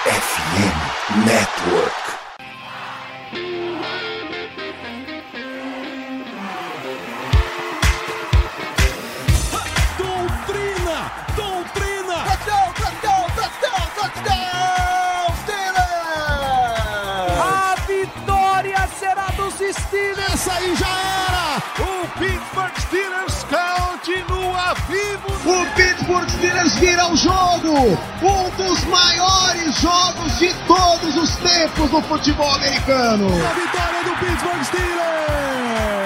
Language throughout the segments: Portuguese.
FM Network. Steelers, essa aí já era! O Pittsburgh Steelers continua vivo! O Pittsburgh Steelers vira o jogo! Um dos maiores jogos de todos os tempos do futebol americano! A vitória do Pittsburgh Steelers!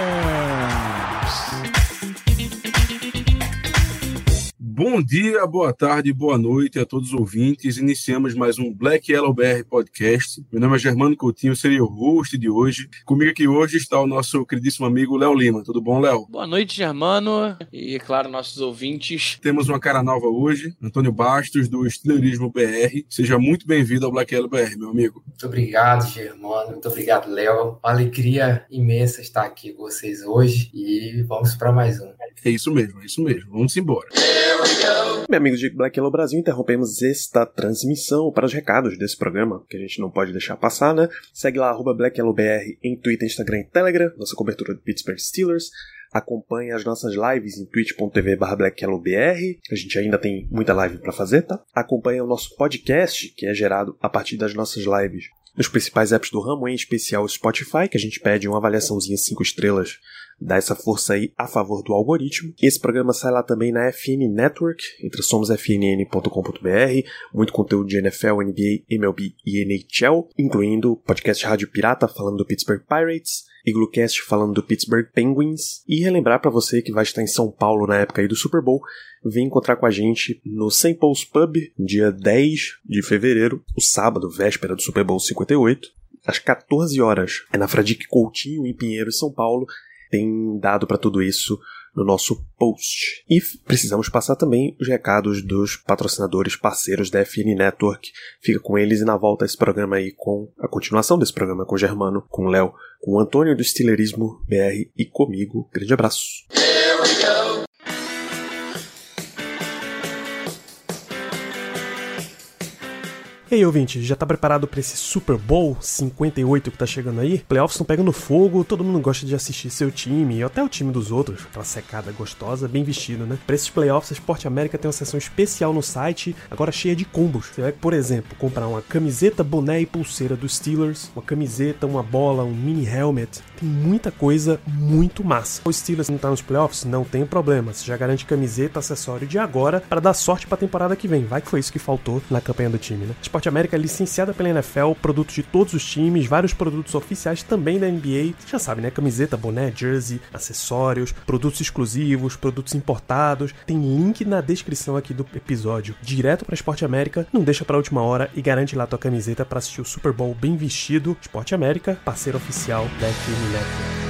Bom dia, boa tarde, boa noite a todos os ouvintes. Iniciamos mais um Black Yellow BR Podcast. Meu nome é Germano Coutinho, serei o host de hoje. Comigo aqui hoje está o nosso queridíssimo amigo Léo Lima. Tudo bom, Léo? Boa noite, Germano. E, claro, nossos ouvintes. Temos uma cara nova hoje, Antônio Bastos, do Steelerismo BR. Seja muito bem-vindo ao Black Yellow BR, meu amigo. Muito obrigado, Germano. Muito obrigado, Léo. Uma alegria imensa estar aqui com vocês hoje. E vamos para mais um. É isso mesmo. Vamos embora. Meus amigos de Black Yellow Brasil, interrompemos esta transmissão para os recados desse programa, que a gente não pode deixar passar, né? Segue lá, @BlackYellowBR em Twitter, Instagram e Telegram, nossa cobertura do Pittsburgh Steelers. Acompanhe as nossas lives em twitch.tv/BlackYellowBR. A gente ainda tem muita live para fazer, tá? Acompanhe o nosso podcast, que é gerado a partir das nossas lives nos principais apps do ramo, em especial o Spotify, que a gente pede uma avaliaçãozinha 5 estrelas. Dá essa força aí a favor do algoritmo. Esse programa sai lá também na FN Network, entre somosfnn.com.br, muito conteúdo de NFL, NBA, MLB e NHL, incluindo podcast Rádio Pirata falando do Pittsburgh Pirates, Iglocast falando do Pittsburgh Penguins, e relembrar para você que vai estar em São Paulo na época aí do Super Bowl, vem encontrar com a gente no St. Paul's Pub, dia 10 de fevereiro, o sábado, véspera do Super Bowl 58, às 14 horas. É na Fradique Coutinho, em Pinheiros, São Paulo. Tem dado para tudo isso no nosso post. E precisamos passar também os recados dos patrocinadores parceiros da FN Network. Fica com eles e na volta esse programa aí com a continuação desse programa com o Germano, com o Léo, com o Antônio do Steelerismo BR e comigo. Grande abraço. Here we go. E aí, ouvinte, já tá preparado pra esse Super Bowl 58 que tá chegando aí? Playoffs estão pegando fogo, todo mundo gosta de assistir seu time, e até o time dos outros, aquela secada gostosa, bem vestido, né? Pra esses playoffs, a Esporte América tem uma seção especial no site, agora cheia de combos. Você vai, por exemplo, comprar uma camiseta, boné e pulseira dos Steelers, uma camiseta, uma bola, um mini helmet, tem muita coisa muito massa. O Steelers não tá nos playoffs? Não tem problema, você já garante camiseta, acessório de agora, pra dar sorte pra temporada que vem. Vai que foi isso que faltou na campanha do time, né? Esporte América é licenciada pela NFL, produtos de todos os times, vários produtos oficiais também da NBA. Você já sabe, né? Camiseta, boné, jersey, acessórios, produtos exclusivos, produtos importados. Tem link na descrição aqui do episódio, direto pra Esporte América. Não deixa pra última hora e garante lá tua camiseta pra assistir o Super Bowl bem vestido. Esporte América, parceiro oficial da FM Network.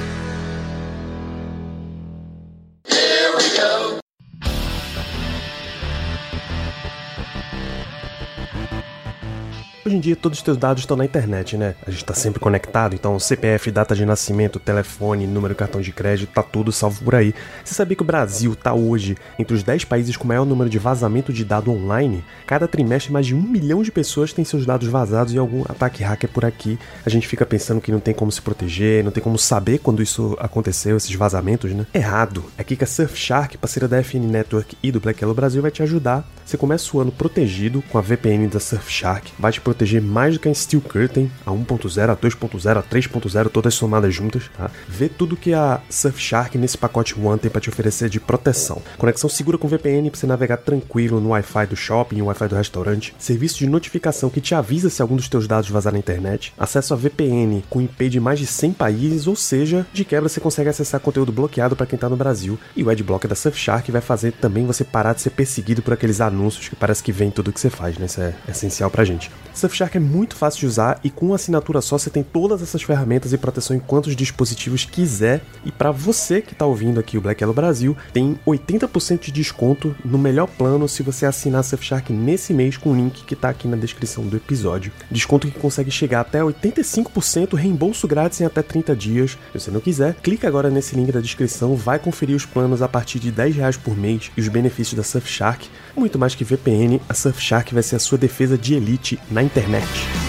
Hoje em dia todos os teus dados estão na internet, né? A gente tá sempre conectado, então CPF, data de nascimento, telefone, número de cartão de crédito, tá tudo salvo por aí. Você sabia que o Brasil tá hoje entre os 10 países com maior número de vazamento de dado online? Cada trimestre mais de 1 milhão de pessoas têm seus dados vazados e algum ataque hacker por aqui. A gente fica pensando que não tem como se proteger, não tem como saber quando isso aconteceu, esses vazamentos, né? Errado. É aqui que a Surfshark, parceira da FN Network e do Black Yellow Brasil, vai te ajudar. Você começa o ano protegido com a VPN da Surfshark, vai te proteger mais do que a Steel Curtain, a 1.0, a 2.0, a 3.0, todas somadas juntas, tá? Vê tudo que a Surfshark nesse pacote One tem para te oferecer de proteção. Conexão segura com VPN para você navegar tranquilo no Wi-Fi do shopping, no Wi-Fi do restaurante, serviço de notificação que te avisa se algum dos teus dados vazar na internet, acesso a VPN com IP de mais de 100 países, ou seja, de quebra você consegue acessar conteúdo bloqueado para quem tá no Brasil, e o Adblocker da Surfshark vai fazer também você parar de ser perseguido por aqueles anúncios que parece que vem tudo que você faz, né? Isso é essencial pra gente. Surfshark é muito fácil de usar e com uma assinatura só você tem todas essas ferramentas e proteção em quantos dispositivos quiser. E para você que está ouvindo aqui o Black Yellow Brasil, tem 80% de desconto no melhor plano se você assinar a Surfshark nesse mês com o link que está aqui na descrição do episódio. Desconto que consegue chegar até 85%, reembolso grátis em até 30 dias. Se você não quiser, clica agora nesse link da descrição, vai conferir os planos a partir de R$10 por mês e os benefícios da Surfshark. Muito mais que VPN, a Surfshark vai ser a sua defesa de elite na internet.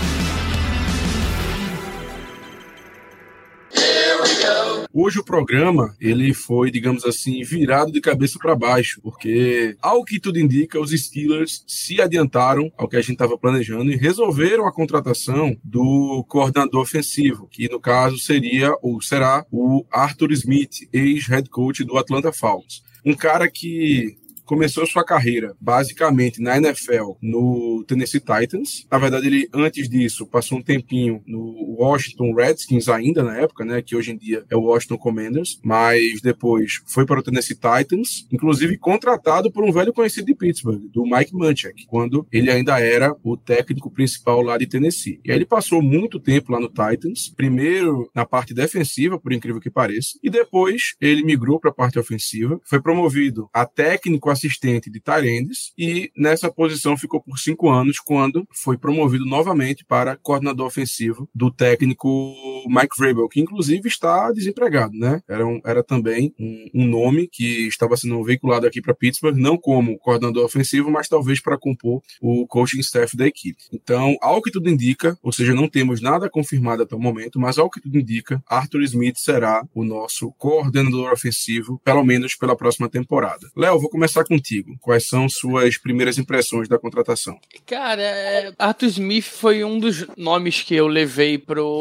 Hoje o programa, ele foi, digamos assim, virado de cabeça para baixo, porque, ao que tudo indica, os Steelers se adiantaram ao que a gente estava planejando e resolveram a contratação do coordenador ofensivo, que no caso seria ou será o Arthur Smith, ex-head coach do Atlanta Falcons. Um cara que começou sua carreira basicamente na NFL no Tennessee Titans. Na verdade, ele antes disso passou um tempinho no Washington Redskins ainda na época, né, que hoje em dia é o Washington Commanders, mas depois foi para o Tennessee Titans, inclusive contratado por um velho conhecido de Pittsburgh, do Mike Munchak, quando ele ainda era o técnico principal lá de Tennessee. E aí ele passou muito tempo lá no Titans, primeiro na parte defensiva, por incrível que pareça, e depois ele migrou para a parte ofensiva, foi promovido a técnico assistente de tight ends e nessa posição ficou por 5 anos quando foi promovido novamente para coordenador ofensivo do técnico Mike Vrabel, que inclusive está desempregado, né? Era também um nome que estava sendo veiculado aqui para Pittsburgh, não como coordenador ofensivo, mas talvez para compor o coaching staff da equipe. Então, ao que tudo indica, ou seja, não temos nada confirmado até o momento, mas ao que tudo indica, Arthur Smith será o nosso coordenador ofensivo, pelo menos pela próxima temporada. Léo, vou começar contigo. Quais são suas primeiras impressões da contratação? Cara, Arthur Smith foi um dos nomes que eu levei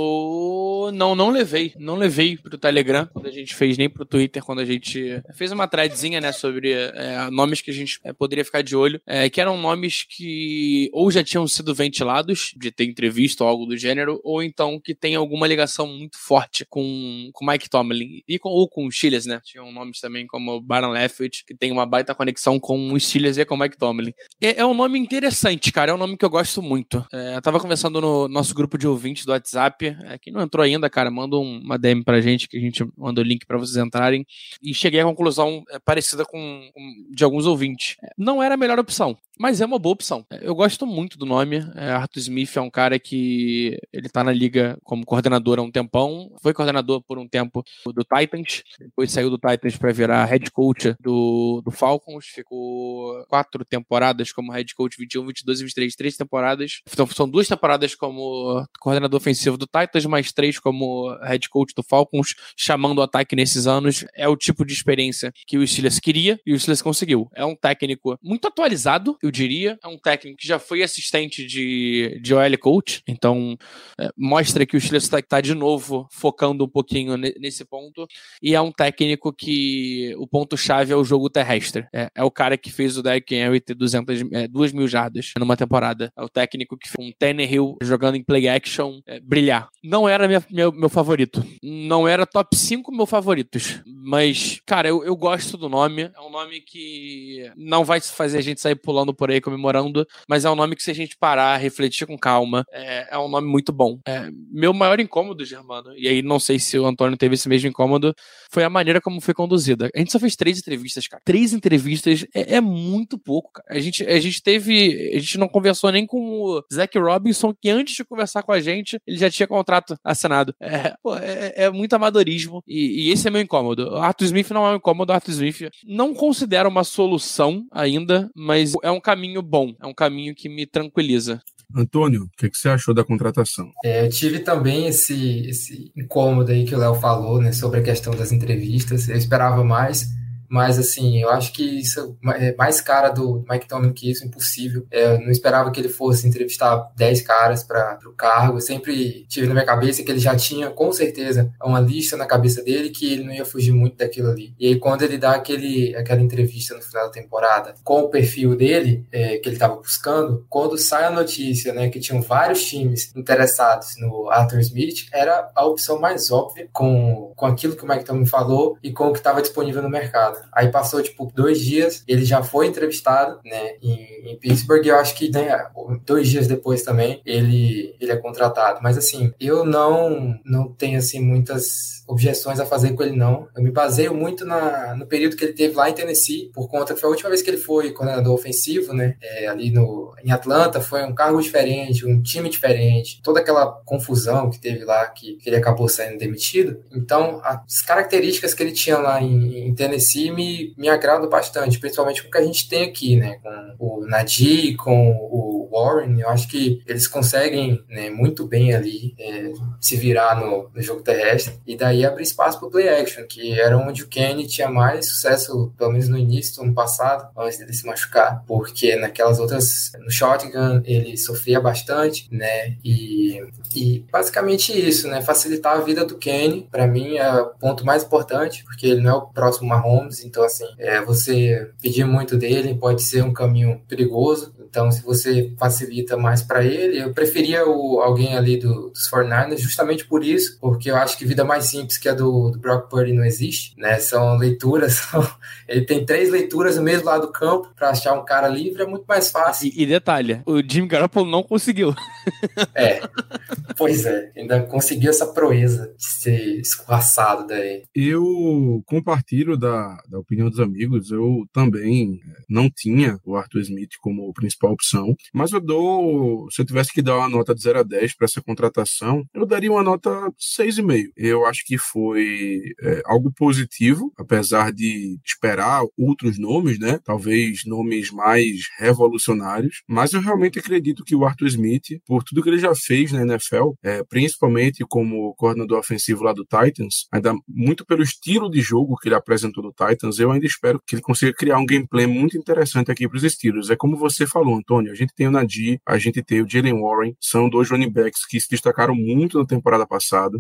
pro... Não levei pro Telegram, quando a gente fez, nem pro Twitter, quando a gente fez uma threadzinha, né, sobre nomes que a gente poderia ficar de olho, que eram nomes que ou já tinham sido ventilados, de ter entrevista ou algo do gênero, ou então que tem alguma ligação muito forte com Mike Tomlin, ou com os Steelers, né? Tinham nomes também como Byron Leftwich, que tem uma baita conexão com os Steelers e com o Mike Tomlin. É um nome interessante, cara, é um nome que eu gosto muito. Eu tava conversando no nosso grupo de ouvintes do WhatsApp, quem não entrou ainda, cara, manda uma DM pra gente, que a gente manda o link pra vocês entrarem, e cheguei à conclusão parecida com de alguns ouvintes. Não era a melhor opção, mas é uma boa opção. Eu gosto muito do nome. Arthur Smith é um cara que ele tá na liga como coordenador há um tempão, foi coordenador por um tempo do Titans, depois saiu do Titans para virar head coach do Falcons, ficou 4 temporadas como head coach, 21, 22 e 23, 3 temporadas. Então são 2 temporadas como coordenador ofensivo do Titans, mais 3 como head coach do Falcons, chamando o ataque nesses anos. É o tipo de experiência que o Steelers queria e o Steelers conseguiu. É um técnico muito atualizado, eu diria. É um técnico que já foi assistente de OL coach, então mostra que o Steelers está de novo focando um pouquinho nesse ponto, e é um técnico que o ponto-chave é o jogo terrestre. É o cara que fez o Derrick Henry ter 2.000 jardas numa temporada. É o técnico que fez um Tannehill jogando em play action brilhar. Não era meu favorito. Não era top 5 meus favoritos. Mas, cara, eu gosto do nome. É um nome que não vai fazer a gente sair pulando por aí comemorando, mas é um nome que, se a gente parar, refletir com calma, é um nome muito bom. Meu maior incômodo, Germano, e aí não sei se o Antônio teve esse mesmo incômodo, foi a maneira como foi conduzida. A gente só fez 3 entrevistas, cara. 3 entrevistas é muito pouco, cara. A gente não conversou nem com o Zach Robinson, que antes de conversar com a gente, ele já tinha contrato assinado. É muito amadorismo, e esse é meu incômodo. O Arthur Smith não é um incômodo. O Arthur Smith não considera uma solução ainda, mas é um caminho bom, é um caminho que me tranquiliza. Antônio, o que você achou da contratação? Eu tive também esse incômodo aí que o Léo falou, né, sobre a questão das entrevistas. Eu esperava mais, mas assim, eu acho que isso é mais cara do Mike Tomlin que isso, impossível. Eu não esperava que ele fosse entrevistar 10 caras para o cargo. Eu sempre tive na minha cabeça que ele já tinha, com certeza, uma lista na cabeça dele, que ele não ia fugir muito daquilo ali. E aí, quando ele dá aquela entrevista no final da temporada, com o perfil dele, que ele estava buscando, quando sai a notícia, né, que tinham vários times interessados no Arthur Smith, era a opção mais óbvia com aquilo que o Mike Tomlin falou e com o que estava disponível no mercado. Aí passou, 2 dias, ele já foi entrevistado, né, em Pittsburgh, e eu acho que, né, 2 dias depois também ele é contratado. Mas, assim, eu não tenho, assim, muitas objeções a fazer com ele, não. Eu me baseio muito no período que ele teve lá em Tennessee, por conta que foi a última vez que ele foi coordenador ofensivo, né, ali em Atlanta. Foi um cargo diferente, um time diferente, toda aquela confusão que teve lá, que ele acabou saindo demitido. Então, as características que ele tinha lá em Tennessee me agradam bastante, principalmente com o que a gente tem aqui, né, com o Najee, com o Warren, eu acho que eles conseguem, né, muito bem ali se virar no jogo terrestre e daí abrir espaço para o play action, que era onde o Kenny tinha mais sucesso, pelo menos no início do ano passado, antes dele se machucar, porque naquelas outras, no shotgun, ele sofria bastante, né, e basicamente isso, né, facilitar a vida do Kenny, para mim é o ponto mais importante, porque ele não é o próximo Mahomes, então assim, você pedir muito dele pode ser um caminho perigoso, então se você facilita mais para ele, eu preferia alguém ali dos 49ers justamente por isso, porque eu acho que vida mais simples que a do Brock Purdy não existe, né, são leituras, ele tem 3 leituras no mesmo lado do campo, para achar um cara livre é muito mais fácil. E detalhe, o Jimmy Garoppolo não conseguiu. Pois é, ainda conseguiu essa proeza de ser escorraçado daí. Eu compartilho da opinião dos amigos, eu também não tinha o Arthur Smith como principal opção, mas se eu tivesse que dar uma nota de 0 a 10 para essa contratação, eu daria uma nota 6,5. Eu acho que foi algo positivo, apesar de esperar outros nomes, né? Talvez nomes mais revolucionários, mas eu realmente acredito que o Arthur Smith, por tudo que ele já fez na NFL, principalmente como coordenador ofensivo lá do Titans, ainda muito pelo estilo de jogo que ele apresentou no Titans, eu ainda espero que ele consiga criar um gameplay muito interessante aqui para os Steelers. É como você falou, Antônio, a gente tem o Najee, a gente tem o Jalen Warren, são 2 running backs que se destacaram muito na temporada passada,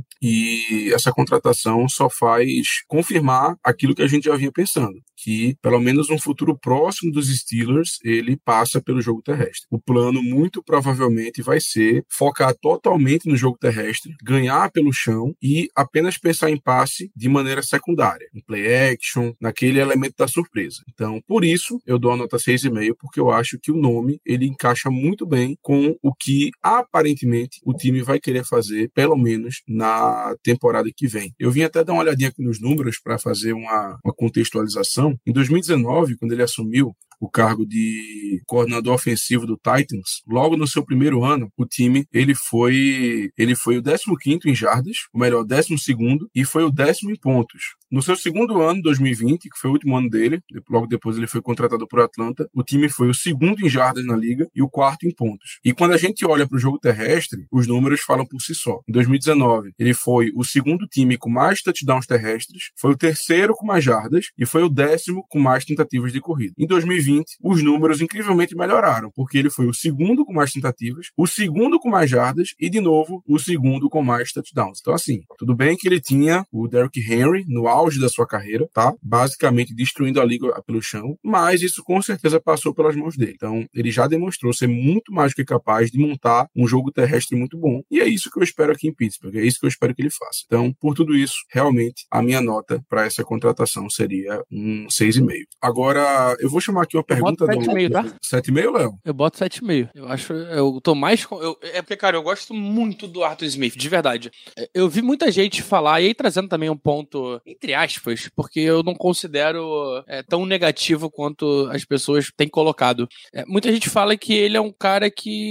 e essa contratação só faz confirmar aquilo que a gente já vinha pensando, que pelo menos um futuro próximo dos Steelers, ele passa pelo jogo terrestre. O plano muito provavelmente vai ser focar totalmente no jogo terrestre, ganhar pelo chão e apenas pensar em passe de maneira secundária, em play action, naquele elemento da surpresa. Então, por isso, eu dou a nota 6,5, porque eu acho que o nome, ele encaixa muito bem com o que aparentemente o time vai querer fazer, pelo menos na temporada que vem. Eu vim até dar uma olhadinha aqui nos números para fazer uma contextualização. Em 2019, quando ele assumiu o cargo de coordenador ofensivo do Titans, logo no seu primeiro ano, o time ele foi o 15º em jardas, ou melhor, 12º, e foi o 10º em pontos. No seu segundo ano, 2020, que foi o último ano dele, logo depois ele foi contratado por Atlanta, o time foi o 2º em jardas na liga e o 4º em pontos. E quando a gente olha para o jogo terrestre, os números falam por si só. Em 2019, ele foi o 2º time com mais touchdowns terrestres, foi o 3º com mais jardas e foi o 10º com mais tentativas de corrida. Em 2020, os números incrivelmente melhoraram, porque ele foi o 2º com mais tentativas, o 2º com mais jardas e, de novo, o 2º com mais touchdowns. Então, assim, tudo bem que ele tinha o Derrick Henry no auge da sua carreira, tá? Basicamente destruindo a liga pelo chão, mas isso com certeza passou pelas mãos dele. Então, ele já demonstrou ser muito mais do que capaz de montar um jogo terrestre muito bom, e é isso que eu espero aqui em Pittsburgh, é isso que eu espero que ele faça. Então, por tudo isso, realmente, a minha nota para essa contratação seria um 6,5. Agora, eu vou chamar aqui uma pergunta do 7,5, tá? 7,5, Léo? Eu boto 7,5. Eu tô mais... É porque, cara, eu gosto muito do Arthur Smith, de verdade. Eu vi muita gente falar, e aí trazendo também um ponto, entre aspas, porque eu não considero tão negativo quanto as pessoas têm colocado. Muita gente fala que ele é um cara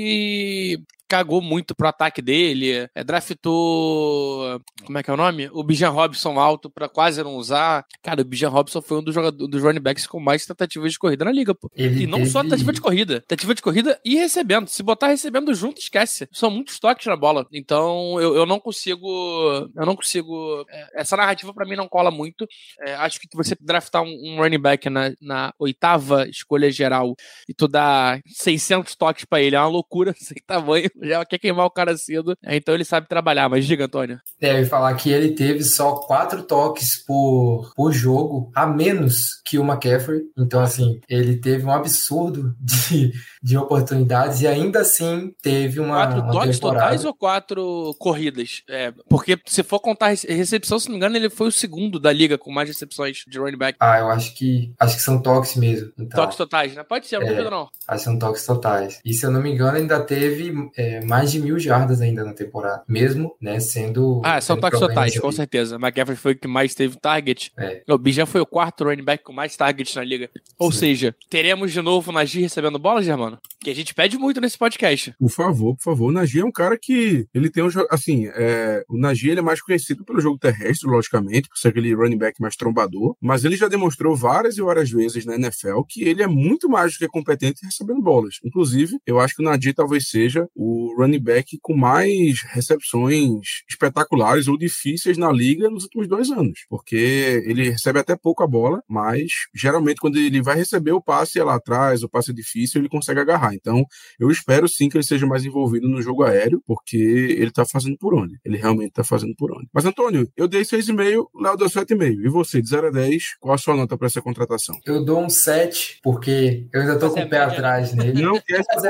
que cagou muito pro ataque dele, draftou, como é que é o nome? O Bijan Robinson alto pra quase não usar. Cara, o Bijan Robinson foi um dos running backs com mais tentativas de corrida na liga, pô. E não só tentativa de corrida e recebendo. Se botar recebendo junto, esquece. São muitos toques na bola. Então, eu não consigo essa narrativa pra mim não cola muito. Acho que você draftar um running back na 8ª escolha geral e tu dá 600 toques pra ele, é uma loucura sem tamanho. Já quer queimar o cara cedo, então ele sabe trabalhar. Mas diga, Antônio. Eu ia falar que ele teve só 4 toques por jogo, a menos que o McCaffrey. Então, assim, ele teve um absurdo de oportunidades e ainda assim teve uma 4 toques temporada. Totais ou 4 corridas? Porque se for contar recepção, se não me engano, ele foi o 2º da liga com mais recepções de running back. Eu acho que são toques mesmo. Então, toques totais, né? Pode ser, não dúvida não. Acho que são toques totais. E se eu não me engano, ainda teve mais de 1.000 jardas ainda na temporada. Mesmo, né, sendo... são toques totais, com certeza. McCaffrey foi o que mais teve target. O Bijan foi o 4º running back com mais targets na liga. Ou seja, teremos de novo o Najee recebendo bola, Germano? mano. Que a gente pede muito nesse podcast. Por favor. O Nagy é um cara que ele tem assim, o Nagy ele é mais conhecido pelo jogo terrestre, logicamente, por ser aquele running back mais trombador, mas ele já demonstrou várias e várias vezes na NFL que ele é muito mais do que competente recebendo bolas. Inclusive, eu acho que o Nagy talvez seja o running back com mais recepções espetaculares ou difíceis na liga nos últimos 2 anos, porque ele recebe até pouco a bola, mas geralmente quando ele vai receber o passe lá atrás, o passe é difícil, ele consegue agarrar. Então, eu espero sim que ele seja mais envolvido no jogo aéreo, porque ele tá fazendo por onde. Ele realmente tá fazendo por onde. Mas, Antônio, eu dei 6,5, Léo deu 7,5. E você, de 0 a 10, qual a sua nota para essa contratação? Eu dou um 7, porque eu ainda tô com o pé atrás nele. Não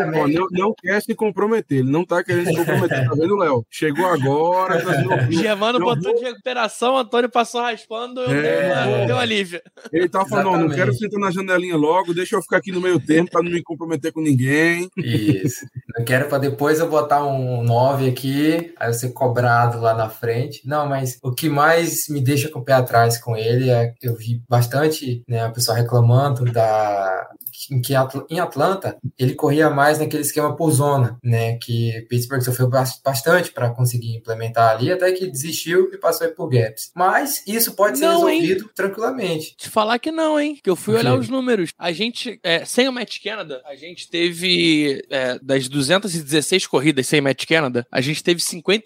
quer se comprometer. Ele não tá querendo se comprometer. Tá vendo, Léo? Chegou agora. Germano botou de recuperação, Antônio passou raspando, deu alívio. Ele tá falando, não quero sentar na janelinha logo, deixa eu ficar aqui no meio tempo pra não me comprometer com ninguém. Isso. Eu quero pra depois eu botar um 9 aqui, aí eu ser cobrado lá na frente. Não, mas o que mais me deixa com o pé atrás com ele é que eu vi bastante, né, o pessoal reclamando que em Atlanta ele corria mais naquele esquema por zona, né, que Pittsburgh sofreu bastante para conseguir implementar ali, até que desistiu e passou aí por gaps. Mas isso pode ser resolvido tranquilamente. Te falar que não, hein, que eu fui olhar os números. A gente, sem o Matt Canada, a gente teve, das 216 corridas sem Matt Canada, a gente teve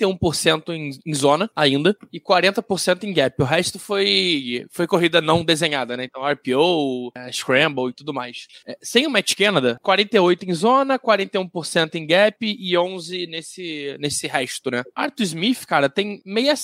51% em zona ainda e 40% em gap. O resto foi corrida não desenhada, né, então RPO, Scramble e tudo mais. Sem o Matt Canada, 48% em zona, 41% em gap e 11% nesse resto, né? Arthur Smith, cara, tem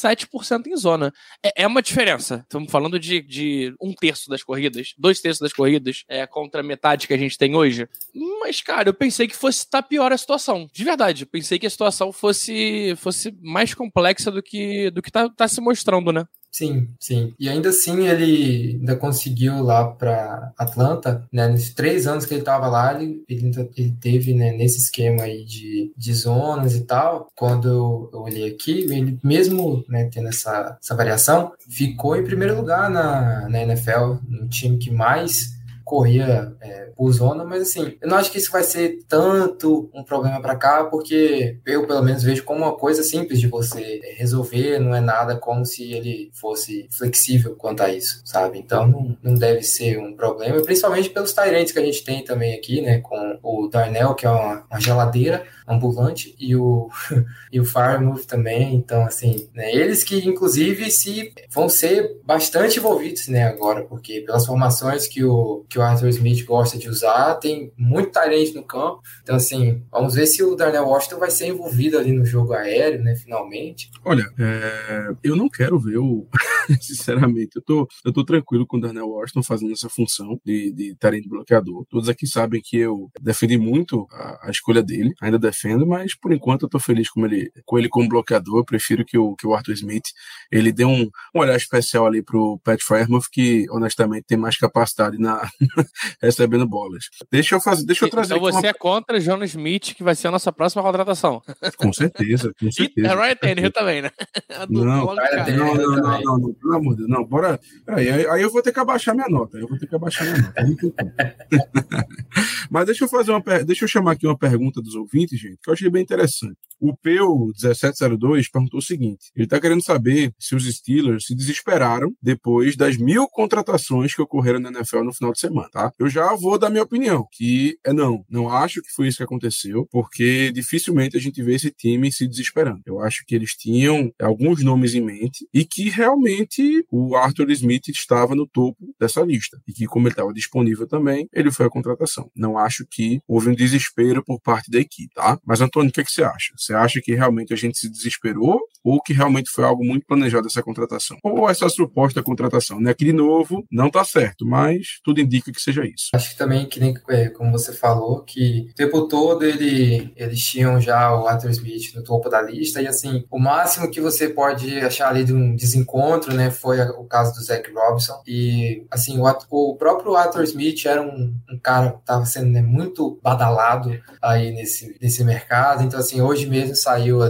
67% em zona. É uma diferença. Estamos falando de 1/3 das corridas, 2/3 das corridas contra a metade que a gente tem hoje. Mas, cara, eu pensei que fosse estar pior a situação. De verdade, eu pensei que a situação fosse mais complexa do que tá se mostrando, né? Sim. E ainda assim ele ainda conseguiu lá para Atlanta, né? Nesses 3 anos que ele estava lá, ele teve, né, nesse esquema aí de zonas e tal. Quando eu olhei aqui, ele mesmo, né, tendo essa variação, ficou em primeiro lugar na NFL, no time que mais corria por zona, mas assim, eu não acho que isso vai ser tanto um problema para cá, porque eu pelo menos vejo como uma coisa simples de você resolver, não é nada como se ele fosse flexível quanto a isso, sabe? Então não deve ser um problema, principalmente pelos tight ends que a gente tem também aqui, né, com o Darnell, que é uma geladeira ambulante, e o Freiermuth também, então assim, né, eles que inclusive vão ser bastante envolvidos, né, agora, porque pelas formações que o Arthur Smith gosta de usar, tem muito tight end no campo, então assim, vamos ver se o Darnell Washington vai ser envolvido ali no jogo aéreo, né, finalmente. Olha, eu não quero ver sinceramente, eu tô tranquilo com o Darnell Washington fazendo essa função de tight end bloqueador. Todos aqui sabem que eu defendi muito a escolha dele, ainda defendo, mas por enquanto eu tô feliz com ele como bloqueador. Eu prefiro que o Arthur Smith ele dê um olhar especial ali pro Pat Freiermuth, que honestamente tem mais capacidade recebendo bolas. Deixa eu trazer. Então você é contra John Smith, que vai ser a nossa próxima contratação. Com certeza. E Ryan Tannehill também, né? Não, pelo amor de Deus, não, bora. Aí eu vou ter que abaixar minha nota. Mas deixa eu chamar aqui uma pergunta dos ouvintes, gente, que eu achei bem interessante. O Peu1702 perguntou o seguinte: ele está querendo saber se os Steelers se desesperaram depois das 1.000 contratações que ocorreram na NFL no final de semana, tá? Eu já vou dar minha opinião, que não acho que foi isso que aconteceu, porque dificilmente a gente vê esse time se desesperando. Eu acho que eles tinham alguns nomes em mente e que realmente o Arthur Smith estava no topo dessa lista e que, como ele estava disponível também, ele foi a contratação. Não acho que houve um desespero por parte da equipe, tá? Mas, Antônio, o que você acha? Você acha que realmente a gente se desesperou ou que realmente foi algo muito planejado essa contratação? Ou essa suposta contratação, né? Que, de novo, não tá certo, mas tudo indica que seja isso. Acho que também, que nem como você falou, que o tempo todo eles tinham já o Arthur Smith no topo da lista e, assim, o máximo que você pode achar ali de um desencontro, né, foi o caso do Zach Robinson. E, assim, o próprio Arthur Smith era um cara que estava sendo, né, muito badalado aí nesse mercado. Então, assim, hoje mesmo saiu ali um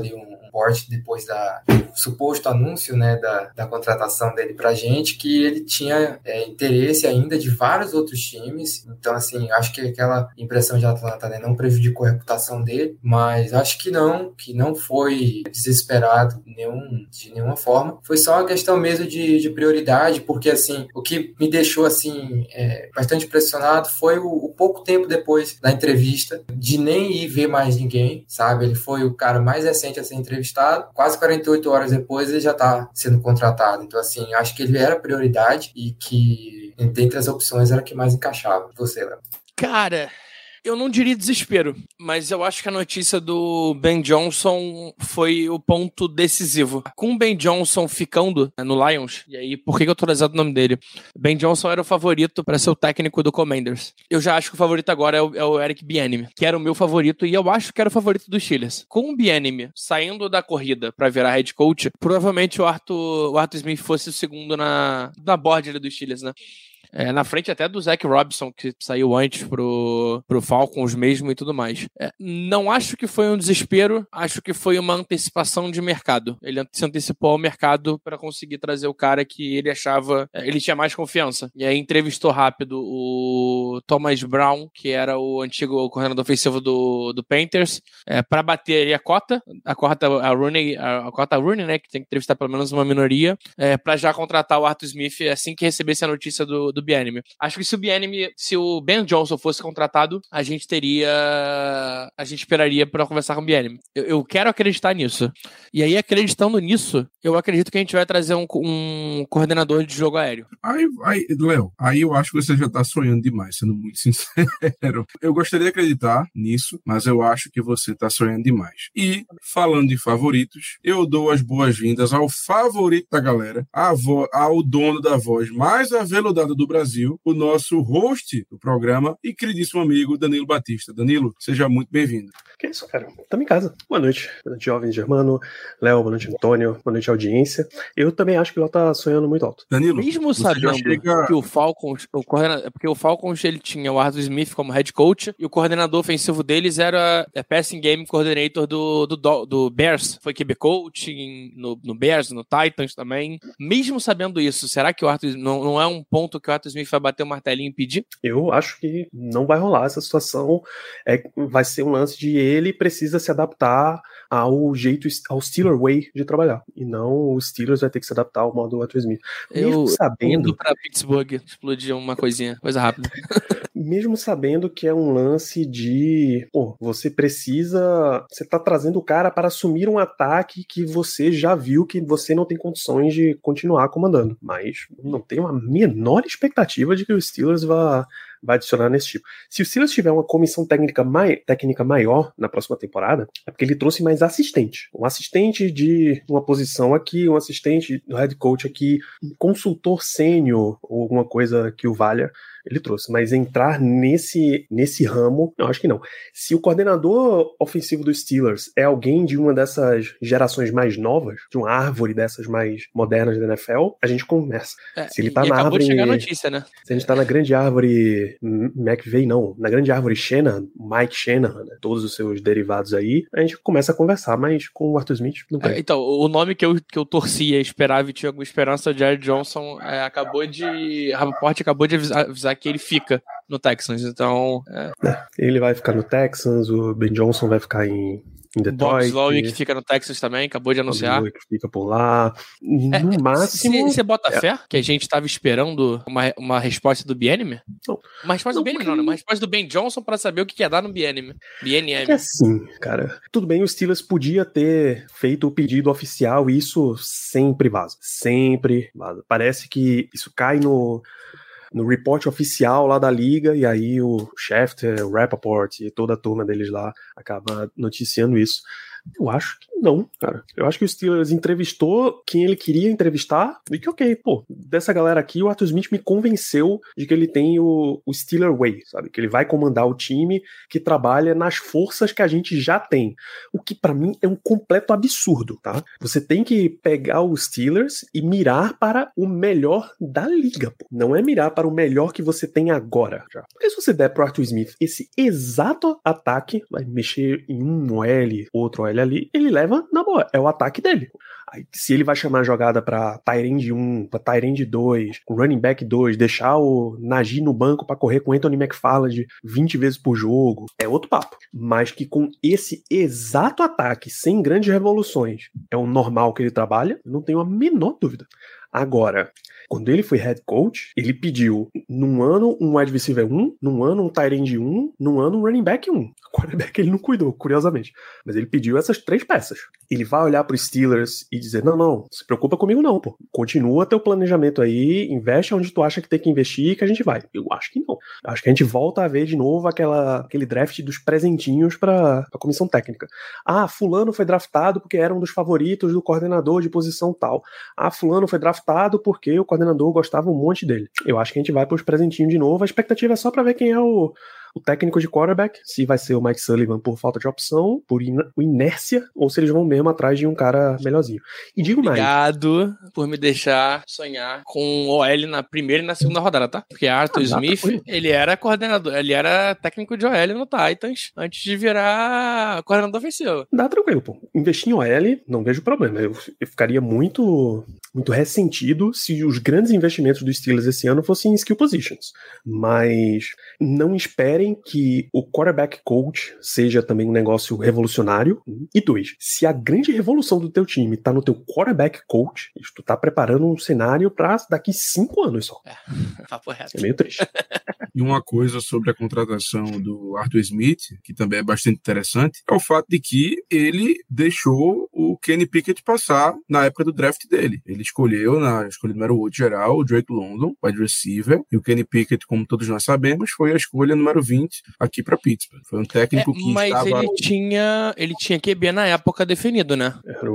report depois do suposto anúncio, né, da contratação dele pra gente, que ele tinha interesse ainda de vários outros times. Então, assim, acho que aquela impressão de Atlanta, né, não prejudicou a reputação dele, mas acho que não foi desesperado de nenhuma forma. Foi só uma questão mesmo de prioridade, porque, assim, o que me deixou, assim, bastante impressionado foi o pouco tempo depois da entrevista, de nem ir ver mais ninguém, sabe? Ele foi o cara mais recente a ser entrevistado, quase 48 horas depois ele já tá sendo contratado. Então, assim, acho que ele era prioridade e que, dentre as opções, era a que mais encaixava. Você, Léo? Cara, eu não diria desespero, mas eu acho que a notícia do Ben Johnson foi o ponto decisivo. Com o Ben Johnson ficando no Lions, e aí por que eu tô trazendo o nome dele? Ben Johnson era o favorito para ser o técnico do Commanders. Eu já acho que o favorito agora é o Eric Bieniemy, que era o meu favorito, e eu acho que era o favorito dos Steelers. Com o Bieniemy saindo da corrida para virar head coach, provavelmente o Arthur Smith fosse o segundo na board dos Steelers, né? Na frente até do Zach Robinson, que saiu antes pro Falcons mesmo e tudo mais. Não acho que foi um desespero, acho que foi uma antecipação de mercado. Ele se antecipou ao mercado para conseguir trazer o cara que ele achava, ele tinha mais confiança. E aí entrevistou rápido o Thomas Brown, que era o antigo coordenador ofensivo do Panthers, para bater ali a cota Rooney, né, que tem que entrevistar pelo menos uma minoria, para já contratar o Arthur Smith assim que recebesse a notícia do Bieniemy. Acho que se o Ben Johnson fosse contratado, a gente esperaria para conversar com o Bieniemy. Eu quero acreditar nisso. E aí, acreditando nisso, eu acredito que a gente vai trazer um coordenador de jogo aéreo. Léo, aí eu acho que você já tá sonhando demais, sendo muito sincero. Eu gostaria de acreditar nisso, mas eu acho que você tá sonhando demais. E, falando de favoritos, eu dou as boas-vindas ao favorito da galera, ao dono da voz mais aveludada do Brasil, o nosso host do programa e queridíssimo amigo Danilo Batista. Danilo, seja muito bem-vindo. Que isso, cara? Estamos em casa. Boa noite, jovens Germano, Léo, boa noite, Antônio, boa noite, audiência. Eu também acho que o Léo tá sonhando muito alto. Danilo, mesmo sabendo que o Falcons, porque o Falcons ele tinha o Arthur Smith como head coach e o coordenador ofensivo deles era passing game coordinator do Bears. Foi QB coach no Bears, no Titans também. Mesmo sabendo isso, será que o Arthur não é um ponto que o Arthur Smith vai bater o martelinho e impedir? Eu acho que não vai rolar essa situação. Vai ser um lance de ele precisa se adaptar ao Steelers way de trabalhar. E não o Steelers vai ter que se adaptar ao modo Arthur Smith. Mesmo sabendo... indo pra Pittsburgh explodir uma coisa rápida. Mesmo sabendo que é um lance de... você tá trazendo o cara para assumir um ataque que você já viu que você não tem condições de continuar comandando. Mas não tenho a menor expectativa de que o Steelers vai adicionar nesse tipo. Se o Steelers tiver uma comissão técnica maior na próxima temporada, é porque ele trouxe mais assistente. Um assistente de uma posição aqui, um assistente do head coach aqui, um consultor sênior ou alguma coisa que o valha, ele trouxe. Mas entrar nesse ramo, eu acho que não. Se o coordenador ofensivo dos Steelers é alguém de uma dessas gerações mais novas, de uma árvore dessas mais modernas da NFL, a gente conversa. Se ele tá na árvore... acabou de chegar a notícia, né? Se a gente tá na grande árvore McVay, não. Na grande árvore Shanahan, Mike Shanahan, né, todos os seus derivados aí, a gente começa a conversar, mas com o Arthur Smith não tem. Então, o nome que eu torcia, esperava e tinha alguma esperança, o Jared Johnson acabou de avisar que ele fica no Texans, então... Ele vai ficar no Texans, o Ben Johnson vai ficar em Detroit. Bob Slowick que fica no Texas também, acabou de anunciar. Que fica por lá. No máximo... Você bota fé que a gente tava esperando uma resposta do Bieniemy? Uma resposta do Bieniemy não, né? Uma resposta do Ben Johnson pra saber o que ia dar no Bieniemy. É assim, cara. Tudo bem, o Steelers podia ter feito o pedido oficial e isso sempre vaza. Sempre vaza. Parece que isso cai no report oficial lá da liga, e aí o Schefter, o Rappaport e toda a turma deles lá acaba noticiando isso. Eu acho que não, cara. Eu acho que o Steelers entrevistou quem ele queria entrevistar e que, dessa galera aqui, o Arthur Smith me convenceu de que ele tem o Steeler Way, sabe? Que ele vai comandar o time que trabalha nas forças que a gente já tem. O que pra mim é um completo absurdo, tá? Você tem que pegar os Steelers e mirar para o melhor da liga, pô. Não é mirar para o melhor que você tem agora, já. Porque se você der pro Arthur Smith esse exato ataque, vai mexer em um OL, outro OL ali, ele leva leva, na boa, é o ataque dele. Aí, se ele vai chamar a jogada pra Tyrande 1, pra Tyrande 2, running back 2, deixar o Najee no banco pra correr com Anthony McFarland 20 vezes por jogo, é outro papo. Mas que com esse exato ataque, sem grandes revoluções, é o normal que ele trabalha, não tenho a menor dúvida. Agora, quando ele foi head coach, ele pediu num ano um wide receiver 1, num ano um tight end 1, num ano um running back 1. O quarterback ele não cuidou, curiosamente. Mas ele pediu essas 3 peças. Ele vai olhar pro Steelers e dizer, não, se preocupa comigo não, pô. Continua teu planejamento aí, investe onde tu acha que tem que investir que a gente vai. Eu acho que não. Acho que a gente volta a ver de novo aquele draft dos presentinhos pra comissão técnica. Ah, fulano foi draftado porque era um dos favoritos do coordenador de posição tal. Ah, fulano foi draftado porque o coordenador gostava um monte dele. Eu acho que a gente vai pros presentinhos de novo. A expectativa é só pra ver quem é o técnico de quarterback, se vai ser o Mike Sullivan por falta de opção, por inércia, ou se eles vão mesmo atrás de um cara melhorzinho. E digo mais. Obrigado por me deixar sonhar com o OL na primeira e na segunda rodada, tá? Porque Arthur Smith, ele era coordenador, ele era técnico de OL no Titans, antes de virar coordenador ofensivo. Dá tranquilo, pô. Investir em OL, não vejo problema. Eu ficaria muito ressentido se os grandes investimentos dos Steelers esse ano fossem em skill positions. Mas não espere que o quarterback coach seja também um negócio revolucionário. E 2, se a grande revolução do teu time tá no teu quarterback coach, tu tá preparando um cenário pra daqui 5 anos só. Papo reto. É meio triste. E uma coisa sobre a contratação do Arthur Smith, que também é bastante interessante, é o fato de que ele deixou o Kenny Pickett passar na época do draft dele. Ele escolheu, na escolha número 8 geral, o Drake London, wide receiver, e o Kenny Pickett, como todos nós sabemos, foi a escolha número 20 aqui para Pittsburgh. Foi um técnico que mas estava... ele tinha QB na época definido, né?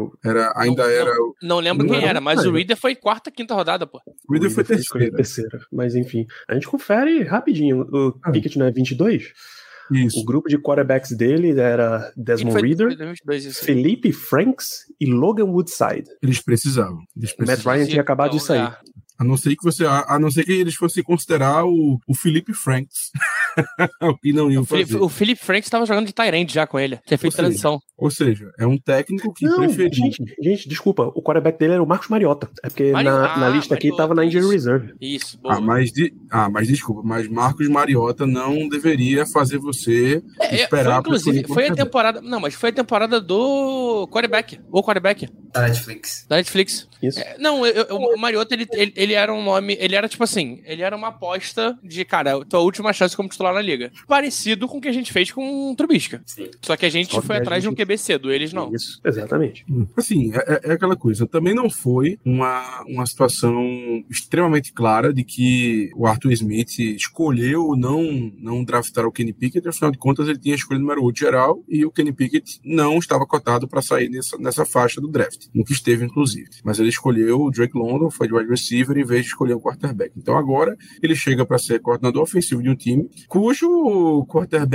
Não lembro quem era, mas o Reader foi 4ª, 5ª rodada, pô. O Reader foi terceira. Mas enfim, a gente confere rapidinho. O Pickett não é 22? Isso. O grupo de quarterbacks dele era Desmond Reader, Felipe Franks e Logan Woodside. Eles precisavam. Matt Ryan tinha acabado de sair. A não ser que eles fossem considerar o Felipe Franks. O que não iam fazer. O Felipe Franks estava jogando de Tyrande já com ele. Tinha feito transição. Ou seja, é um técnico que preferiu. Gente, desculpa. O quarterback dele era o Marcos Mariota. É porque na lista aqui estava na Injury Reserve. Isso, boa. Mas desculpa. Mas Marcos Mariota não deveria fazer você esperar. Inclusive, foi a temporada... Não, mas foi a temporada do quarterback. O quarterback. Da Netflix. Isso. O Mariota, ele era um nome... Ele era tipo assim... Ele era uma aposta de, cara, tua última chance como titular na liga. Parecido com o que a gente fez com o Trubisky. Sim. Só que a gente foi atrás de um QB cedo, eles não. Isso, exatamente. Assim, é aquela coisa. Também não foi uma situação extremamente clara de que o Arthur Smith escolheu não draftar o Kenny Pickett, afinal de contas ele tinha escolha número 8 geral e o Kenny Pickett não estava cotado para sair nessa faixa do draft, no que esteve inclusive. Mas ele escolheu o Drake London, foi de wide receiver em vez de escolher um quarterback. Então agora ele chega para ser coordenador ofensivo de um time cujo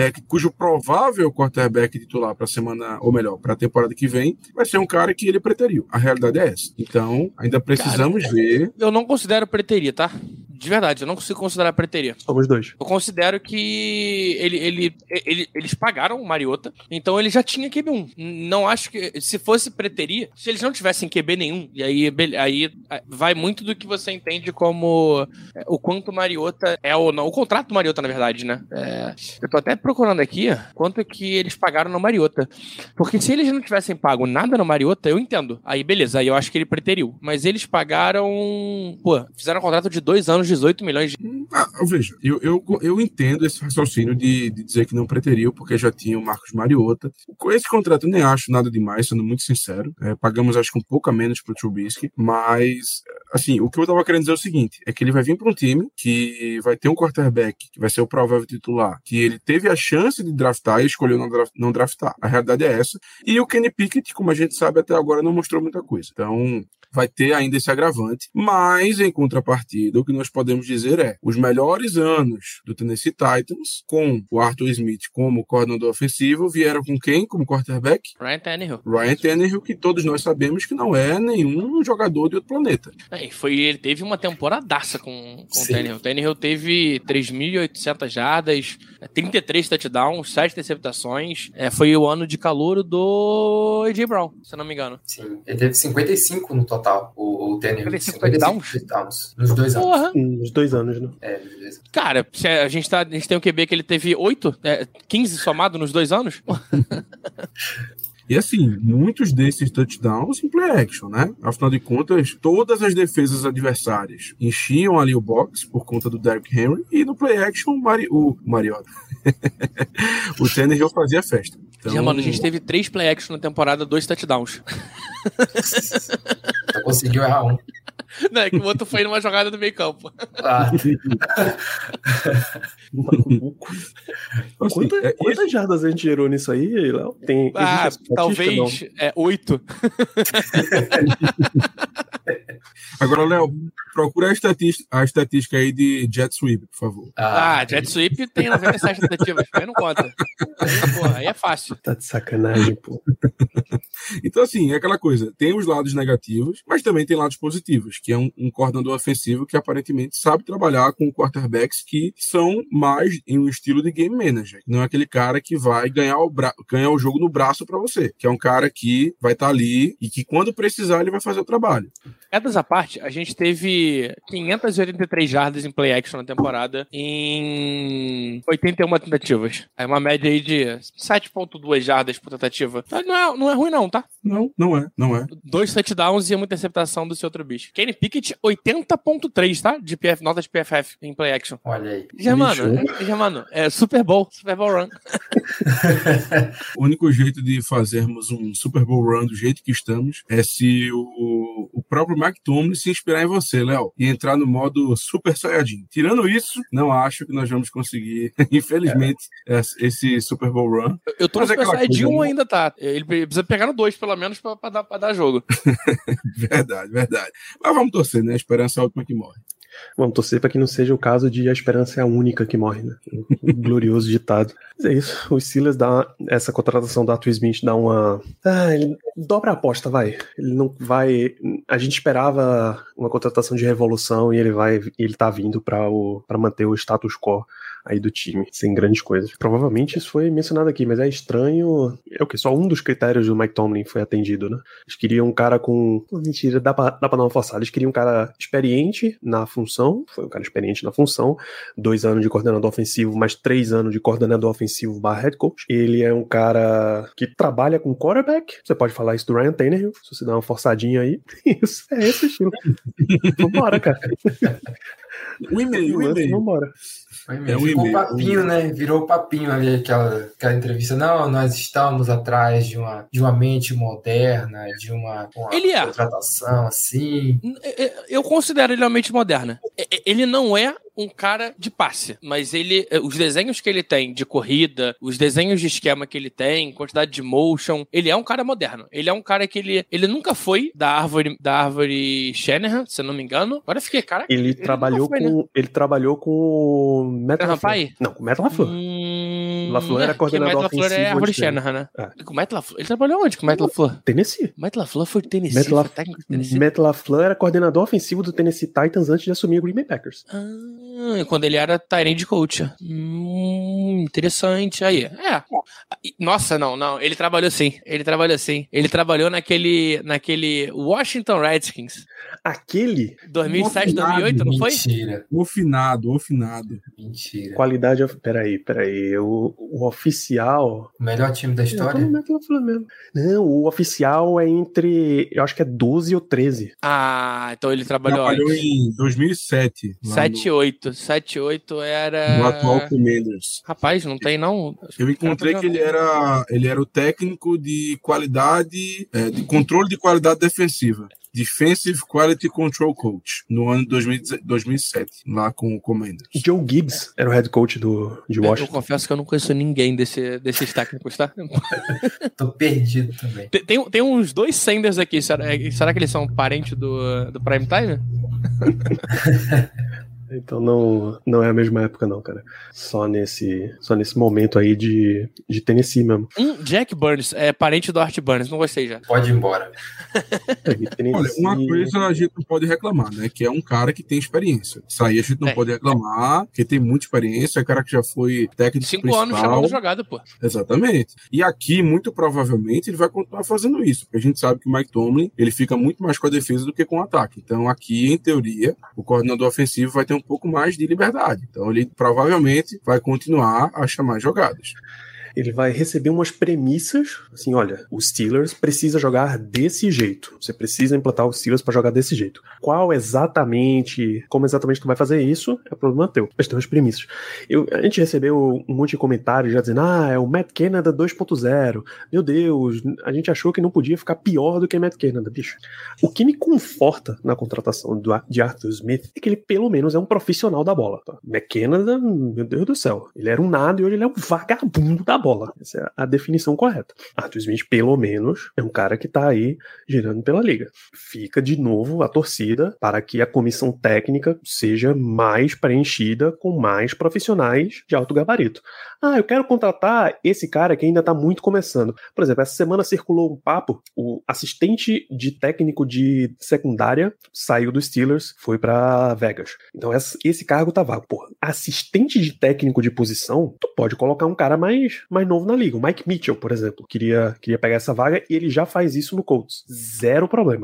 provável quarterback titular para a semana, ou melhor, para a temporada que vem, vai ser um cara que ele preteriu. A realidade é essa. Então, ainda precisamos ver. Eu não considero preteria, tá? De verdade, eu não consigo considerar preteria. Somos dois. Eu considero que eles pagaram o Mariota, então ele já tinha QB1. Não acho que, se fosse preteria, se eles não tivessem QB nenhum, e aí vai muito do que você entende como o quanto o Mariota é ou não. O contrato do Mariota, na verdade, né? Eu tô até procurando aqui quanto que eles pagaram no Mariota. Porque se eles não tivessem pago nada no Mariota, eu entendo. Aí beleza, aí eu acho que ele preteriu. Mas eles pagaram... fizeram um contrato de 2 anos, 18 milhões de... Veja, eu entendo esse raciocínio de dizer que não preteriu, porque já tinha o Marcos Mariota. Com esse contrato eu nem acho nada demais, sendo muito sincero. Pagamos acho que um pouco a menos pro Trubisky, mas assim, o que eu tava querendo dizer é o seguinte, é que ele vai vir para um time que vai ter um quarterback, que vai ser o provável titular, que ele teve a chance de draftar e escolheu não draftar. A realidade é essa. E o Kenny Pickett, como a gente sabe até agora, não mostrou muita coisa. Então, vai ter ainda esse agravante, mas em contrapartida, o que nós podemos dizer é, os melhores anos do Tennessee Titans, com o Arthur Smith como coordenador ofensivo, vieram com quem como quarterback? Ryan Tannehill, que todos nós sabemos que não é nenhum jogador de outro planeta. Ele teve uma temporadaça com o Tannehill. O Tannehill teve 3.800 jardas, 33 touchdowns, 7 interceptações. Foi o ano de calouro do A.J. Brown, se eu não me engano. Sim, ele teve 55 no total, o Tannehill. 55 touchdowns? Nos 2 anos. Porra. Nos 2 anos, né? Nos 2 anos. Cara, a gente tem o QB que ele teve 15 somado nos 2 anos? E assim, muitos desses touchdowns em play action, né? Afinal de contas, todas as defesas adversárias enchiam ali o box por conta do Derrick Henry e no play action o Mariota. O Tannehill fazia festa. Então... Já, mano, a gente teve 3 play action na temporada, 2 touchdowns. Só conseguiu errar um. Não, é que o outro foi numa jogada do meio campo. Quantas jardas a gente gerou nisso aí, Léo? Talvez 8. Agora, Léo, procura a estatística aí de jet sweep, por favor. Jet sweep tem 97 tentativas, aí não conta. Aí é fácil. Tá de sacanagem, pô. Então, assim, é aquela coisa, tem os lados negativos, mas também tem lados positivos, que é um coordenador ofensivo que aparentemente sabe trabalhar com quarterbacks que são mais em um estilo de game manager. Não é aquele cara que vai ganhar o jogo no braço pra você, que é um cara que vai estar ali e que quando precisar ele vai fazer o trabalho. Dessa parte, a gente teve 583 jardas em play action na temporada em 81 tentativas. É uma média aí de 7.2 jardas por tentativa. Não é ruim não, tá? Não é. 2 touchdowns e uma interceptação do seu outro bicho. Kenny Pickett, 80.3, tá? Nota de PFF em play action. Olha aí. Germano, é Super Bowl Run. O único jeito de fazermos um Super Bowl Run do jeito que estamos é se o próprio Mike Tomlin se inspirar em você, Léo, e entrar no modo Super Saiyajin. Tirando isso, não acho que nós vamos conseguir, infelizmente, esse Super Bowl Run. Eu tô no Super Saiyajin 1 ainda, tá? Ele precisa pegar no 2, pelo menos, pra dar jogo. Verdade. Mas vamos torcer, né? A esperança é a última que morre. Vamos torcer para que não seja o caso de a esperança é a única que morre, né? Um glorioso ditado. Mas é isso. O Steelers essa contratação do Arthur Smith dá uma... ele dobra a aposta, vai. Ele não vai... A gente esperava uma contratação de revolução e ele tá vindo para manter o status quo aí do time, sem grandes coisas. Provavelmente isso foi mencionado aqui, mas é estranho. É o quê? Só um dos critérios do Mike Tomlin foi atendido, né? Eles queriam um cara com... Mentira, dá pra dar uma forçada. Eles queriam um cara experiente na função, foi um cara experiente na função, 2 anos de coordenador ofensivo, mais 3 anos de coordenador ofensivo / head coach. Ele é um cara que trabalha com quarterback. Você pode falar isso do Ryan Tannehill, se você dá uma forçadinha aí. Isso, é esse estilo. Vambora, cara. O e-mail. Vambora. Ficou papinho, né? Virou papinho ali aquela entrevista. Não, nós estamos atrás de uma mente moderna, de uma contratação assim. Eu considero ele uma mente moderna. Ele não é um cara de passe, mas os desenhos que ele tem de corrida, os desenhos de esquema que ele tem, quantidade de motion, ele é um cara moderno. Ele é um cara que ele nunca foi da árvore Shanahan, se eu não me engano. Agora eu fiquei, cara. Ele trabalhou com o Matt LaFleur. Não, com o Matt LaFleur. LaFleur era coordenador ofensivo. Matt LaFleur é árvore Shanahan, né? Com o Matt LaFleur. Ele trabalhou onde com o Matt LaFleur? Tennessee. Matt LaFleur foi de Tennessee. Matt LaFleur era coordenador ofensivo do Tennessee Titans antes de assumir o Green Bay Packers. Quando ele era Tyrande coach. Interessante. Aí. Nossa, não. Ele trabalhou sim. Ele trabalhou naquele Washington Redskins. Aquele? 2007, 2008, não foi? Mentira. O finado. Mentira. Qualidade... Peraí. O oficial... O melhor time da história? Não, o oficial é entre... Eu acho que é 12 ou 13. Então ele trabalhou em 2007. 7-8 era... No atual Commanders. Rapaz, não tem não. Eu encontrei que ele era o técnico de qualidade, de controle de qualidade defensiva. Defensive Quality Control Coach, no ano de 2007, lá com o Commanders. Joe Gibbs era o head coach de Washington. Eu confesso que eu não conheço ninguém desses técnicos, tá? Tô perdido também. Tem uns 2 Sanders aqui, será que eles são parentes do Prime Time? Então não é a mesma época não, cara. Só nesse momento aí de Tennessee mesmo. Jack Burns, é parente do Art Burns, não gostei já. Pode ir embora. Olha, uma coisa a gente não pode reclamar, né? Que é um cara que tem experiência. Isso aí a gente não pode reclamar, que tem muita experiência, é um cara que já foi técnico 5 principal. anos chamando jogada, pô. Exatamente. E aqui, muito provavelmente, ele vai continuar fazendo isso, porque a gente sabe que o Mike Tomlin, ele fica muito mais com a defesa do que com o ataque. Então, aqui, em teoria, o coordenador ofensivo vai ter um pouco mais de liberdade. Então, ele provavelmente vai continuar a chamar jogadas. Ele vai receber umas premissas, assim, olha, os Steelers precisa jogar desse jeito. Você precisa implantar os Steelers para jogar desse jeito. Como exatamente tu vai fazer isso, é problema teu. Mas tem umas premissas. A gente recebeu um monte de comentários já dizendo, é o Matt Canada 2.0. Meu Deus, a gente achou que não podia ficar pior do que Matt Canada, bicho. O que me conforta na contratação de Arthur Smith é que ele pelo menos é um profissional da bola. Tá? Matt Canada, meu Deus do céu, ele era um nada e hoje ele é um vagabundo da bola. Essa é a definição correta. Arthur Smith, pelo menos, é um cara que tá aí girando pela liga. Fica de novo a torcida para que a comissão técnica seja mais preenchida com mais profissionais de alto gabarito. Eu quero contratar esse cara que ainda tá muito começando. Por exemplo, essa semana circulou um papo, o assistente de técnico de secundária saiu dos Steelers, foi pra Vegas. Então esse cargo tá vago. Porra, assistente de técnico de posição, tu pode colocar um cara mais novo na liga. O Mike Mitchell, por exemplo, queria pegar essa vaga e ele já faz isso no Colts. Zero problema.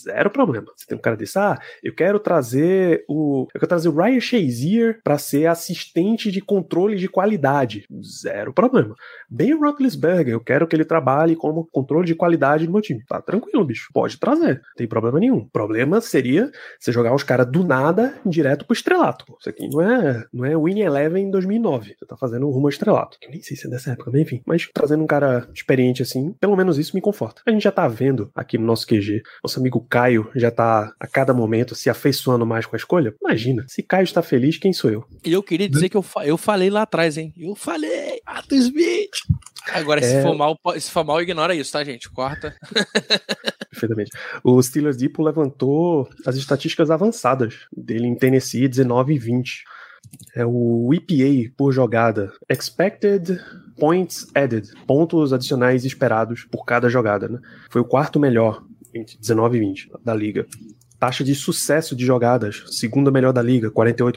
Você tem um cara desse, eu quero trazer o Ryan Shazier para ser assistente de controle de qualidade. Zero problema. Ben Roethlisberger, eu quero que ele trabalhe como controle de qualidade no meu time. Tá tranquilo, bicho. Pode trazer. Não tem problema nenhum. O problema seria você jogar os caras do nada direto pro estrelato. Isso aqui não é Winning Eleven em 2009. Você tá fazendo rumo ao estrelato. Eu nem sei se é dessa época, mas enfim. Mas trazendo um cara experiente assim, pelo menos isso me conforta. A gente já tá vendo aqui no nosso QG, nosso amigo Caio já tá a cada momento se afeiçoando mais com a escolha. Imagina, se Caio está feliz, quem sou eu? E eu queria dizer que eu falei lá atrás, hein? Eu falei, Arthur Smith! Agora, se for mal, ignora isso, tá, gente? Corta. Perfeitamente. O Steelers Depot levantou as estatísticas avançadas dele em Tennessee, 19 e 20. É o EPA por jogada. Expected Points Added. Pontos adicionais esperados por cada jogada, né? Foi o quarto melhor entre 19 e 20 da liga. Taxa de sucesso de jogadas, segunda melhor da liga,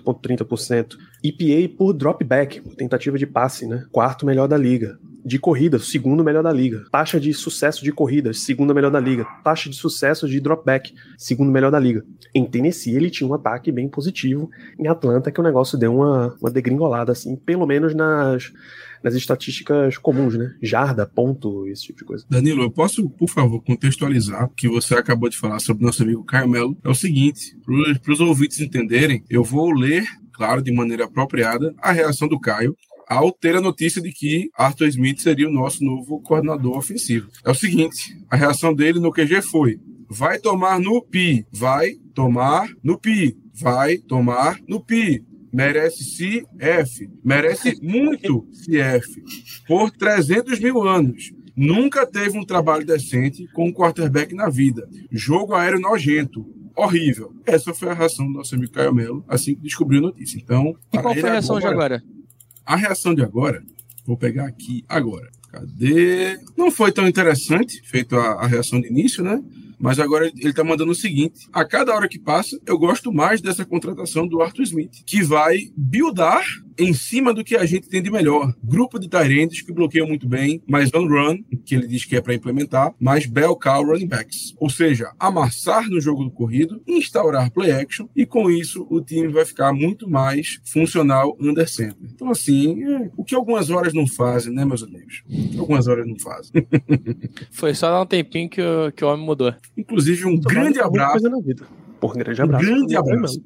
48,30%. EPA por dropback, tentativa de passe, né? Quarto melhor da liga. De corrida, segundo melhor da liga. Taxa de sucesso de corridas, segunda melhor da liga. Taxa de sucesso de dropback, segundo melhor da liga. Em Tennessee, ele tinha um ataque bem positivo. Em Atlanta, que o negócio deu uma degringolada, assim, pelo menos nas estatísticas comuns, né? Jarda, ponto, esse tipo de coisa. Danilo, eu posso, por favor, contextualizar o que você acabou de falar sobre o nosso amigo Caio Melo? É o seguinte, para os ouvintes entenderem, eu vou ler, claro, de maneira apropriada, a reação do Caio ao ter a notícia de que Arthur Smith seria o nosso novo coordenador ofensivo. É o seguinte, a reação dele no QG foi: vai tomar no pi, vai tomar no pi, vai tomar no pi. Merece CF, merece muito CF, por 300 mil anos. Nunca teve um trabalho decente com um quarterback na vida. Jogo aéreo nojento. Horrível. Essa foi a reação do nosso amigo Caio Melo assim que descobriu a notícia. Então, e qual foi a reação de agora? A reação de agora, vou pegar aqui agora. Cadê? Não foi tão interessante, feito a reação de início, né? Mas agora ele tá mandando o seguinte: a cada hora que passa, eu gosto mais dessa contratação do Arthur Smith, que vai buildar em cima do que a gente tem de melhor. Grupo de tight ends que bloqueiam muito bem, mais on-run, que ele diz que é para implementar, mais bell cow running backs. Ou seja, amassar no jogo do corrido, instaurar play action, e com isso o time vai ficar muito mais funcional under center. Então assim, o que algumas horas não fazem, né, meus amigos? Algumas horas não fazem. Foi só dar um tempinho que o homem mudou. Inclusive, um grande abraço. Um grande abraço. Um grande abraço.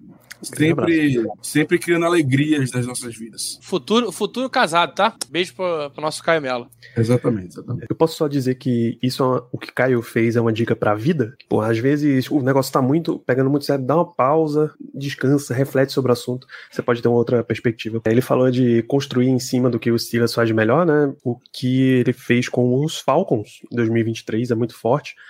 Sempre criando alegrias nas nossas vidas. Futuro casado, tá? Beijo pro nosso Caio Melo. Exatamente. Eu posso só dizer que isso o que Caio fez é uma dica pra vida. Pô, às vezes o negócio tá pegando muito sério, dá uma pausa, descansa, reflete sobre o assunto, você pode ter uma outra perspectiva. Ele falou de construir em cima do que o Steelers faz de melhor, né? O que ele fez com os Falcons em 2023 é muito forte.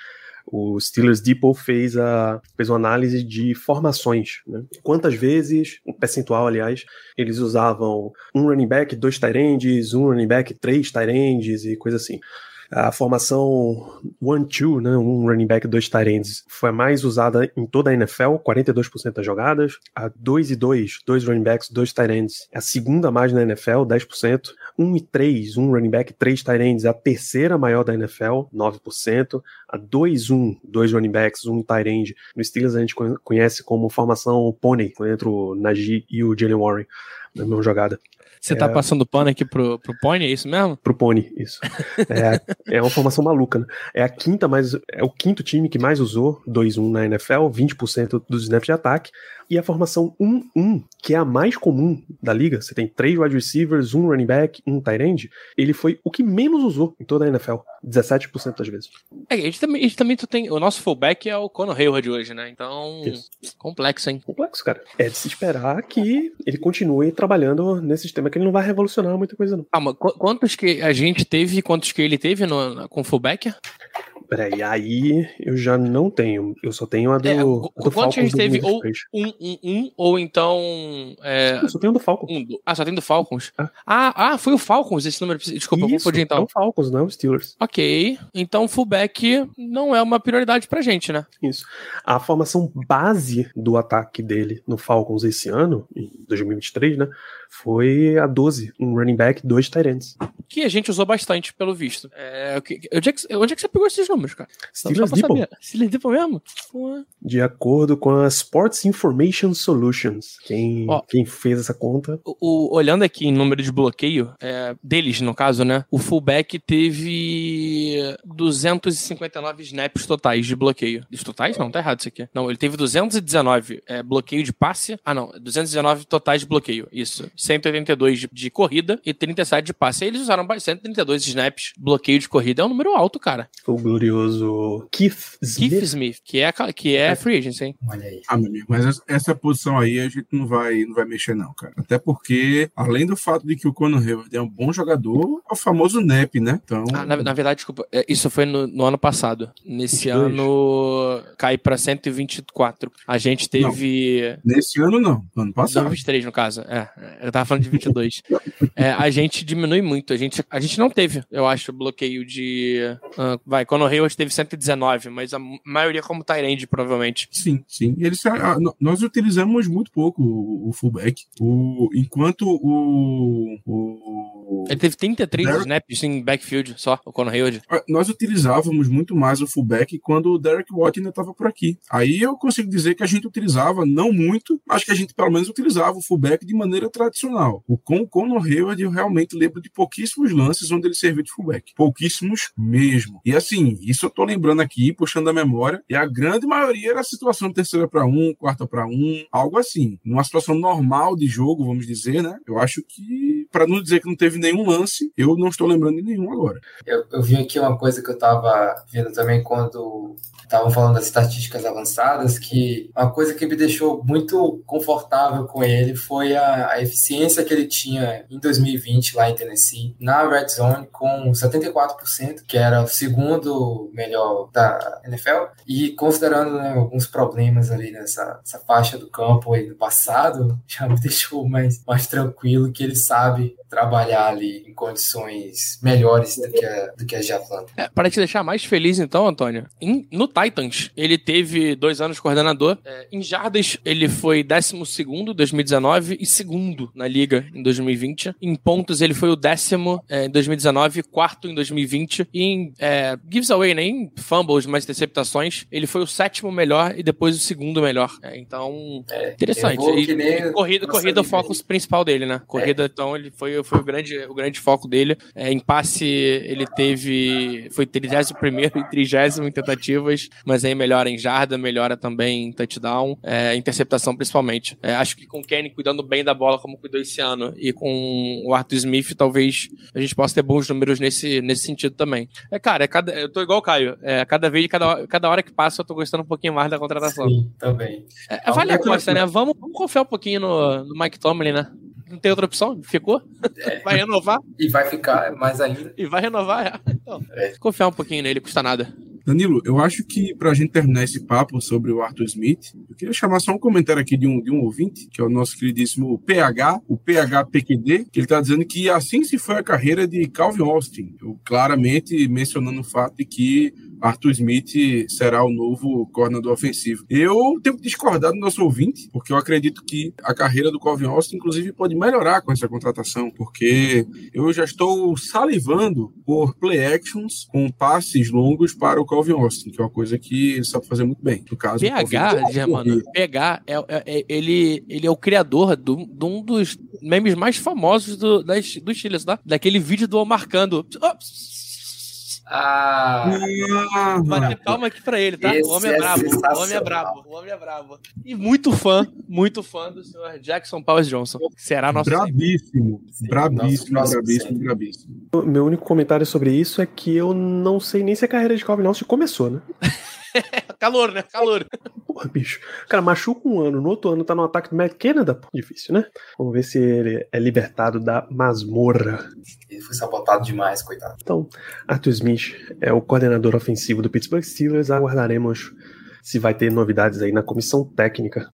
O Steelers Depot fez uma análise de formações, né? Quantas vezes, um percentual, aliás, eles usavam um running back, 2 tight ends, um running back, 3 tight ends e coisa assim. A formação 1-2, né, um running back, 2 tight ends, foi a mais usada em toda a NFL, 42% das jogadas. A 2-2, 2 running backs, 2 tight ends, é a segunda mais na NFL, 10%. 1-3, um running back, 3 tight ends, é a terceira maior da NFL, 9%. A 2-1, 2 running backs, 1 tight end, no Steelers a gente conhece como formação pony, entre o Najee e o Jalen Warren, na mesma jogada. Você tá passando pano aqui pro Pony, é isso mesmo? Pro Pony, isso. É uma formação maluca, né? É o quinto time que mais usou 2-1 na NFL, 20% dos snaps de ataque. E a formação 1-1, que é a mais comum da liga, você tem 3 wide receivers, 1 running back, 1 tight end, ele foi o que menos usou em toda a NFL, 17% das vezes. A gente também tem, o nosso fullback é o Conor Hayward hoje, né? Então, isso. Complexo, hein? Complexo, cara. É de se esperar que ele continue trabalhando nesse sistema, que ele não vai revolucionar muita coisa, não. Mas quantos que a gente teve e quantos que ele teve com fullback? Peraí, aí eu já não tenho. Eu só tenho a do quantos a gente teve? Ou 1, ou então... Eu só tenho do Falcons. Só tem do Falcons? Foi o Falcons esse número. Desculpa, eu confundi então. É o Falcons, não é o Steelers. Ok, então fullback não é uma prioridade pra gente, né? Isso. A formação base do ataque dele no Falcons esse ano, em 2023, né, foi a 12, um running back, 2 tight ends. Que a gente usou bastante, pelo visto. Onde é que você pegou esses números, cara? Steelers Depot. Steelers Depot mesmo? Pô. De acordo com a Sports Information Solutions, quem fez essa conta... Olhando aqui em número de bloqueio, deles, no caso, né? O fullback teve 259 snaps totais de bloqueio. Os totais? Não, tá errado isso aqui. Não, ele teve 219 bloqueio de passe. 219 totais de bloqueio. Isso. 182 de corrida e 37 de passe. Aí eles usaram 132 snaps, bloqueio de corrida. É um número alto, cara. O glorioso Keith Smith, que é free agent, hein? Olha aí. Meu amigo, mas essa posição aí a gente não vai mexer não, cara. Até porque, além do fato de que o Conor Hayward é um bom jogador, é o famoso NEP, né? Então... na verdade, desculpa, isso foi no ano passado. Nesse ano cai pra 124. A gente teve... Não, nesse ano não, ano passado. 2023, no caso. Eu tava falando de 22. A gente diminui muito. A gente não teve, eu acho, bloqueio de... Conor Hayward teve 119, mas a maioria como tight end, provavelmente. Sim. Nós utilizamos muito pouco o fullback. Enquanto ele teve 33 snaps em backfield só, o Conor Hayward. Nós utilizávamos muito mais o fullback quando o Derek Watt ainda estava por aqui. Aí eu consigo dizer que a gente utilizava, não muito, mas que a gente pelo menos utilizava o fullback de maneira tradicional. Com o Conor Hayward eu realmente lembro de pouquíssimos lances onde ele serviu de fullback. Pouquíssimos mesmo. E assim, isso eu tô lembrando aqui, puxando a memória, e a grande maioria era a situação de 3ª para 1, 4ª para 1, algo assim. Numa situação normal de jogo, vamos dizer, né? Eu acho que, para não dizer que não teve nenhum lance, eu não estou lembrando de nenhum agora. Eu vi aqui uma coisa que eu tava vendo também quando estavam falando das estatísticas avançadas, que uma coisa que me deixou muito confortável com ele foi a eficiência que ele tinha em 2020 lá em Tennessee, na Red Zone, com 74%, que era o segundo melhor da NFL, e considerando, né, alguns problemas ali nessa faixa do campo aí no passado, já me deixou mais tranquilo, que ele sabe trabalhar ali em condições melhores do que as de Atlanta. Para te deixar mais feliz então, Antônio, no Titans, ele teve 2 anos de coordenador. Em jardas, ele foi 12º em 2019 e segundo na liga em 2020. Em pontos, ele foi o 10º em 2019, 4º em 2020. E em gives away, né, em fumbles, mais interceptações, ele foi o 7º melhor e depois o 2º melhor. Então, interessante. E corrida é o foco principal dele, né? Corrida, então, ele foi o grande foco dele. Em passe, ele foi 31º e 30º em tentativas, mas aí melhora em jarda, melhora também em touchdown, interceptação principalmente. Acho que com o Kenny cuidando bem da bola como cuidou esse ano e com o Arthur Smith, talvez a gente possa ter bons números nesse sentido também. Eu tô igual o Caio. Cada hora que passa eu tô gostando um pouquinho mais da contratação. Sim, também. Vale a aposta, né? Vamos confiar um pouquinho no Mike Tomlin, né? Não tem outra opção? Ficou? Vai renovar? E vai ficar mais ainda. E vai renovar, Então, confiar um pouquinho nele, custa nada. Danilo, eu acho que pra gente terminar esse papo sobre o Arthur Smith, eu queria chamar só um comentário aqui de um ouvinte, que é o nosso queridíssimo PH, o PHPQD, que ele tá dizendo que assim se foi a carreira de Calvin Austin. Eu claramente mencionando o fato de que Arthur Smith será o novo coordenador ofensivo. Eu tenho que discordar do nosso ouvinte, porque eu acredito que a carreira do Calvin Austin, inclusive, pode melhorar com essa contratação, porque eu já estou salivando por play actions com passes longos para o Calvin Austin, que é uma coisa que ele sabe fazer muito bem. No caso, PH, Germano, PH, ele é o criador de um dos memes mais famosos do Steelers, tá? Daquele vídeo do marcando. Bater palma aqui pra ele, tá? O homem é brabo, o homem é brabo, o homem é brabo. E muito fã do senhor Jackson Powers Johnson, que será nosso... Brabíssimo. Meu único comentário sobre isso é que eu não sei nem se a carreira de Calvin Austin começou, né? Calor, né? Calor. Porra, bicho. O cara machuca um ano, no outro ano tá no ataque do Matt Canada. Pô, difícil, né? Vamos ver se ele é libertado da masmorra. Ele foi sabotado demais, coitado. Então, Arthur Smith é o coordenador ofensivo do Pittsburgh Steelers. Aguardaremos se vai ter novidades aí na comissão técnica